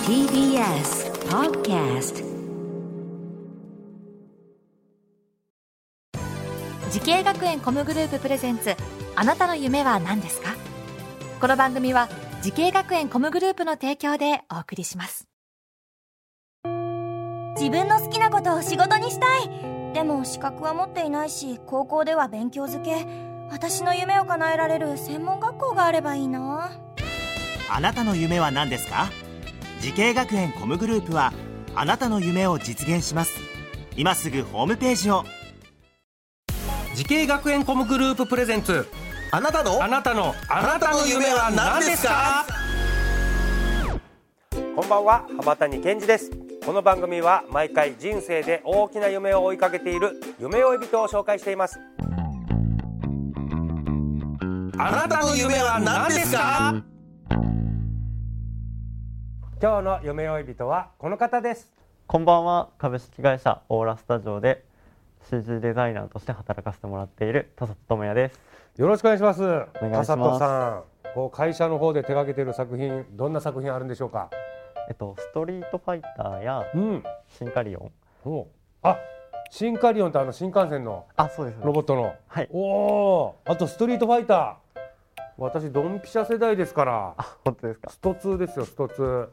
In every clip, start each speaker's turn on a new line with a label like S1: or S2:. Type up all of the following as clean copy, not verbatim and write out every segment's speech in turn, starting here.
S1: TBS Podcast。
S2: 時系学園コムグループプレゼンツ、あなたの夢は何ですか？この番組は時系学園コムグループの提供でお送りします。
S3: 自分の好きなことを仕事にしたい。でも資格は持っていないし、高校では勉強づけ。私の夢を叶えられる専門学校があればいいな。
S4: あなたの夢は何ですか？時系学園コムグループはあなたの夢を実現します。今すぐホームページを。
S5: 時系学園コムグループプレゼンツ、
S6: あなたの夢は何ですか？
S7: こんばんは、浜谷健二です。この番組は毎回人生で大きな夢を追いかけている夢追い人を紹介しています。
S6: あなたの夢は何ですか？
S7: 今日の夢追い人はこの方です。
S8: こんばんは。株式会社オーラスタジオで CG デザイナーとして働かせてもらっている田里智也です。
S7: よろしくお願いします。
S8: お願いします。
S7: 田里さん、会社の方で手掛けている作品、どんな作品あるんでしょうか？
S8: ストリートファイターやシンカリオン、
S7: シンカリオンって新幹線の
S8: そうです
S7: ロボットの、
S8: はい、
S7: あとストリートファイター、私ドンピシャ世代ですから。
S8: 本当ですか？
S7: スト2ですよ、スト2。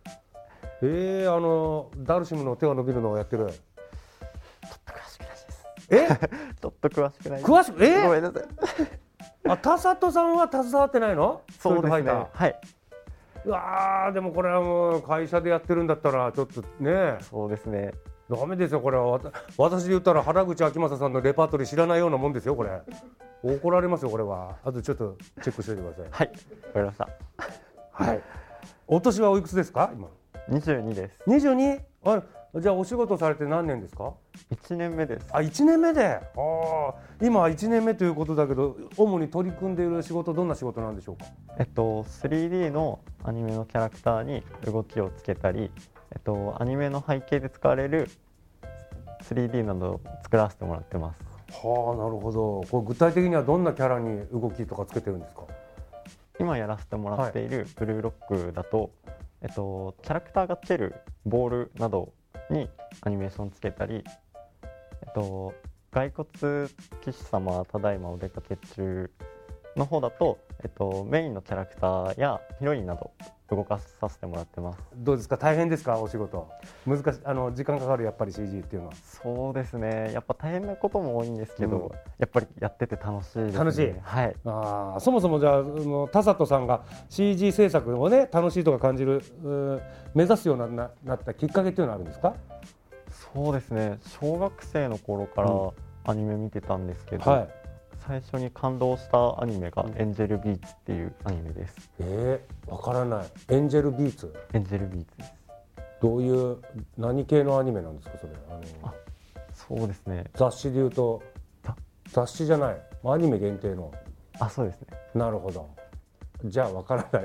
S7: ダルシムの手が伸びるのをやってる。
S8: ちょっと詳しくないです。ちょっと詳しくないです。
S7: 詳しく、
S8: ごめんなさい。
S7: 田里さんは携わってないの？
S8: そうですね。はい。
S7: うわー、でもこれはもう会社でやってるんだったらちょっとね。
S8: そうですね。
S7: ダメですよこれは。私で言ったら原口あきまささんのレパートリー知らないようなもんですよこれ。怒られますよこれは。あとちょっとチェックしておいてください。
S8: はい、わかりました。
S7: はい。お年はおいくつですか今
S8: ？22です。
S7: 22？じゃあお仕事されて何年ですか
S8: ？1年目です。
S7: 1年目で。今は1年目ということだけど、主に取り組んでいる仕事、どんな仕事なんでしょうか
S8: ？3D のアニメのキャラクターに動きをつけたり、アニメの背景で使われる 3D などを作らせてもらってます。
S7: なるほど。これ具体的にはどんなキャラに動きとかつけてるんですか？
S8: 今やらせてもらっているブルーロックだと、キャラクターがつけるボールなどにアニメーションつけたり、骸骨騎士様ただいまお出かけ中の方だと、メインのキャラクターやヒロインなど動かさせてもらってます。
S7: どうですか？大変ですか？お仕事難しい、時間かかる？やっぱり CG っていうのは。
S8: そうですね、やっぱ大変なことも多いんですけど、やっぱりやってて楽しいですね。
S7: 楽しい。
S8: はい。
S7: そもそもじゃあ田里さんが CG 制作をね楽しいとか感じる目指すようになったきっかけっていうのはあるんですか？
S8: そうですね、小学生の頃からアニメ見てたんですけど、最初に感動したアニメがエンジェルビーツっていうアニメです。
S7: わからない。エンジェルビーツ。
S8: エンジェルビーツです。
S7: どういう何系のアニメなんですかそれ？
S8: そうですね、
S7: 雑誌でいうと雑誌じゃない、アニメ限定の。
S8: そうですね。
S7: なるほど。じゃあわから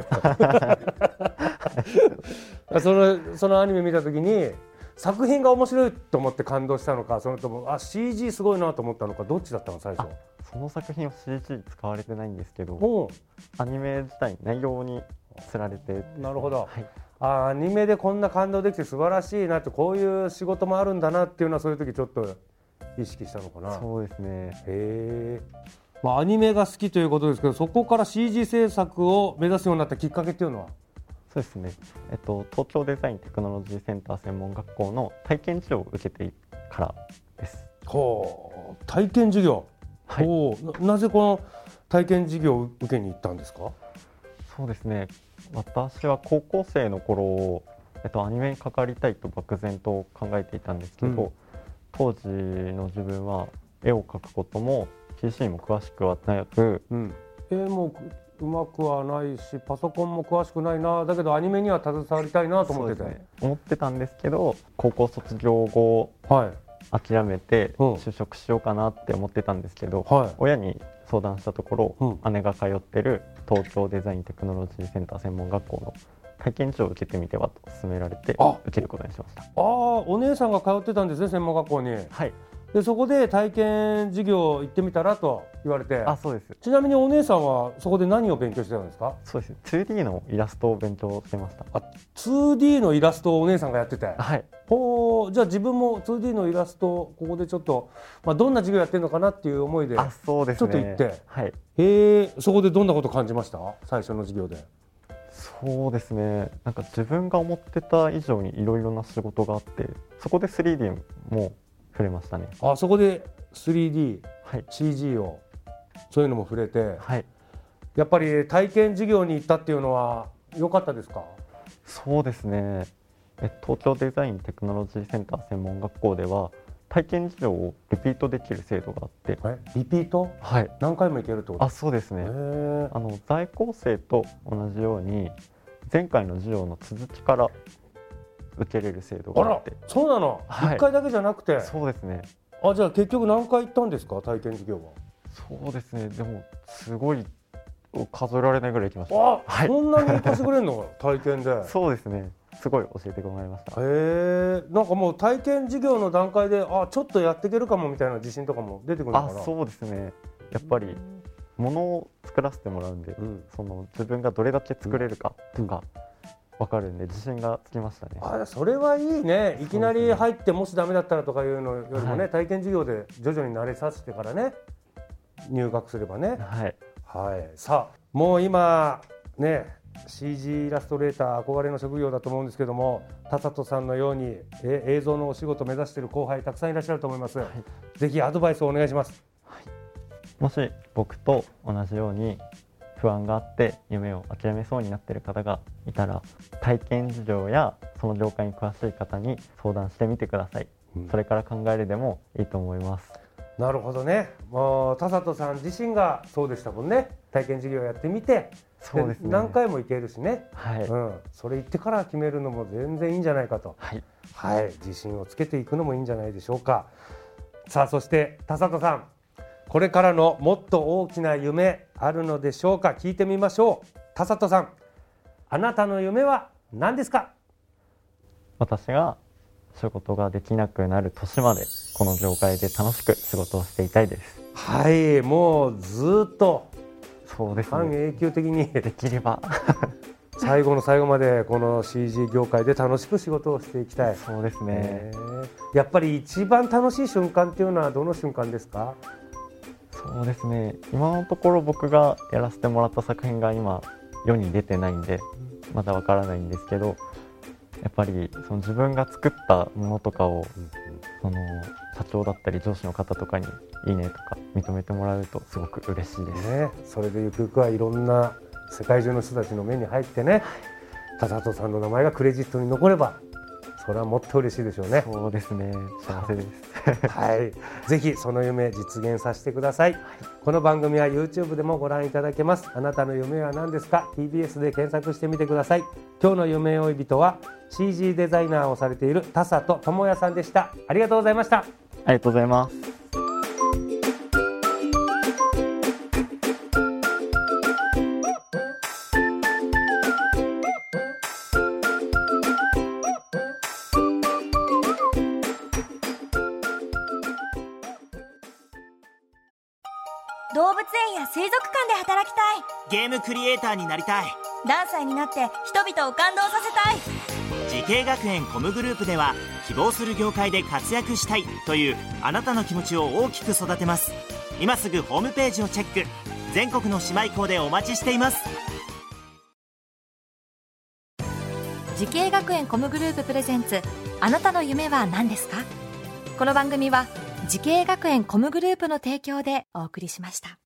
S7: ないそのアニメ見た時に作品が面白いと思って感動したのか、それともCG すごいなと思ったのか、どっちだったの最初？
S8: その作品は CG 使われてないんですけど、アニメ自体内容につられて。
S7: なるほど、
S8: はい、
S7: アニメでこんな感動できて素晴らしいなって、こういう仕事もあるんだなっていうのはそういう時ちょっと意識したのかな。
S8: そうですね。
S7: アニメが好きということですけど、そこから CG 制作を目指すようになったきっかけっていうのは？
S8: そうですね、東京デザインテクノロジーセンター専門学校の体験授業を受けてからです。
S7: 体験授業。
S8: はい、
S7: なぜこの体験授業を受けに行ったんですか？
S8: そうですね、私は高校生の頃、アニメに関わりたいと漠然と考えていたんですけど、当時の自分は絵を描くことも PC も詳しくはなく、
S7: 絵もうまくはないしパソコンも詳しくないな、だけどアニメには携わりたいなと思ってて、
S8: 思ってたんですけど、高校卒業後、諦めて就職しようかなって思ってたんですけど、親に相談したところ、姉が通ってる東京デザインテクノロジーセンター専門学校の体験授を受けてみてはと勧められて受けることにしました。
S7: お姉さんが通ってたんですね、専門学校に。
S8: はい。
S7: でそこで体験授業行ってみたらと言われて。
S8: そうです。
S7: ちなみにお姉さんはそこで何を勉強してたんですか？
S8: そうです。2D のイラストを勉強してました。
S7: 2D のイラストをお姉さんがやってて。
S8: はい。
S7: じゃあ自分も 2D のイラストをここでちょっと、どんな授業やってるのかなっていう思いで
S8: そうですね、
S7: ちょっと行って、
S8: はい、
S7: そこでどんなこと感じました？最初の授業で。
S8: そうですね、なんか自分が思ってた以上にいろいろな仕事があって、そこで 3D も触れましたね。
S7: そこで 3D、
S8: はい、
S7: CG をそういうのも触れて、
S8: はい、
S7: やっぱり体験授業に行ったっていうのは良かったですか？
S8: そうですね、東京デザインテクノロジーセンター専門学校では体験授業をリピートできる制度があって。
S7: リピート？
S8: はい、
S7: 何回も行けるってこと？
S8: そうですね。在校生と同じように前回の授業の続きから受けれる制度があって。
S7: そうなの、1回だけじゃなくて。
S8: そうですね。
S7: じゃあ結局何回行ったんですか、体験授業は？
S8: そうですね、でもすごい数えられないぐらい行きました。
S7: はい、そんなに行かせてくれるの体験で。
S8: そうですね、すごい教えてもらいました。
S7: なんかもう体験授業の段階でちょっとやっていけるかもみたいな自信とかも出てくるのかな？
S8: そうですね、やっぱり物を作らせてもらうんで、その自分がどれだけ作れるかとか分かるんで自信がつきましたね。
S7: それはいいね。いきなり入ってもしダメだったらとかいうのよりもね、体験授業で徐々に慣れさせてからね入学すればね。さあもう今ね CG イラストレーター憧れの職業だと思うんですけども、田里さんのように映像のお仕事を目指している後輩たくさんいらっしゃると思います。ぜひアドバイスをお願いします。
S8: もし僕と同じように不安があって夢を諦めそうになっている方がいたら、体験授業やその業界に詳しい方に相談してみてください。それから考えるでもいいと思います。
S7: なるほどね。もう田里さん自身がそうでしたもんね。体験授業やってみて、
S8: そうですね、
S7: 何回も行けるしね、
S8: はい
S7: それ行ってから決めるのも全然いいんじゃないかと、自信をつけていくのもいいんじゃないでしょうか。さあそして田里さん、これからのもっと大きな夢あるのでしょうか。聞いてみましょう。田里さん、あなたの夢は何ですか？
S8: 私が仕事ができなくなる年までこの業界で楽しく仕事をしていたいです。
S7: はい、もうずっと
S8: そうですね、
S7: 半永久的に
S8: できれば
S7: 最後の最後までこの CG 業界で楽しく仕事をしていきたい。
S8: そうですね、
S7: やっぱり一番楽しい瞬間っていうのはどの瞬間ですか？
S8: そうですね、今のところ僕がやらせてもらった作品が今世に出てないんでまだわからないんですけど、やっぱりその自分が作ったものとかをその社長だったり上司の方とかにいいねとか認めてもらうとすごく嬉しいです
S7: ね。それでゆくゆくはいろんな世界中の人たちの目に入ってね、田里さんの名前がクレジットに残ればそれはもっと嬉しいでしょうね。
S8: そうですね、幸せです
S7: はい、ぜひその夢実現させてください。この番組は YouTube でもご覧いただけます。あなたの夢は何ですか？ TBS で検索してみてください。今日の夢追い人は CG デザイナーをされている田里智也さんでした。ありがとうございました。
S8: ありがとうございます。
S3: 動物園や水族館で働きたい。
S4: ゲームクリエイターになりたい。
S3: 何歳になって人々を感動させたい。
S4: 時系学園コムグループでは希望する業界で活躍したいというあなたの気持ちを大きく育てます。今すぐホームページをチェック。全国の姉妹校でお待ちしています。
S2: 時系学園コムグループプレゼンツ、あなたの夢は何ですか？この番組は時系学園コムグループの提供でお送りしました。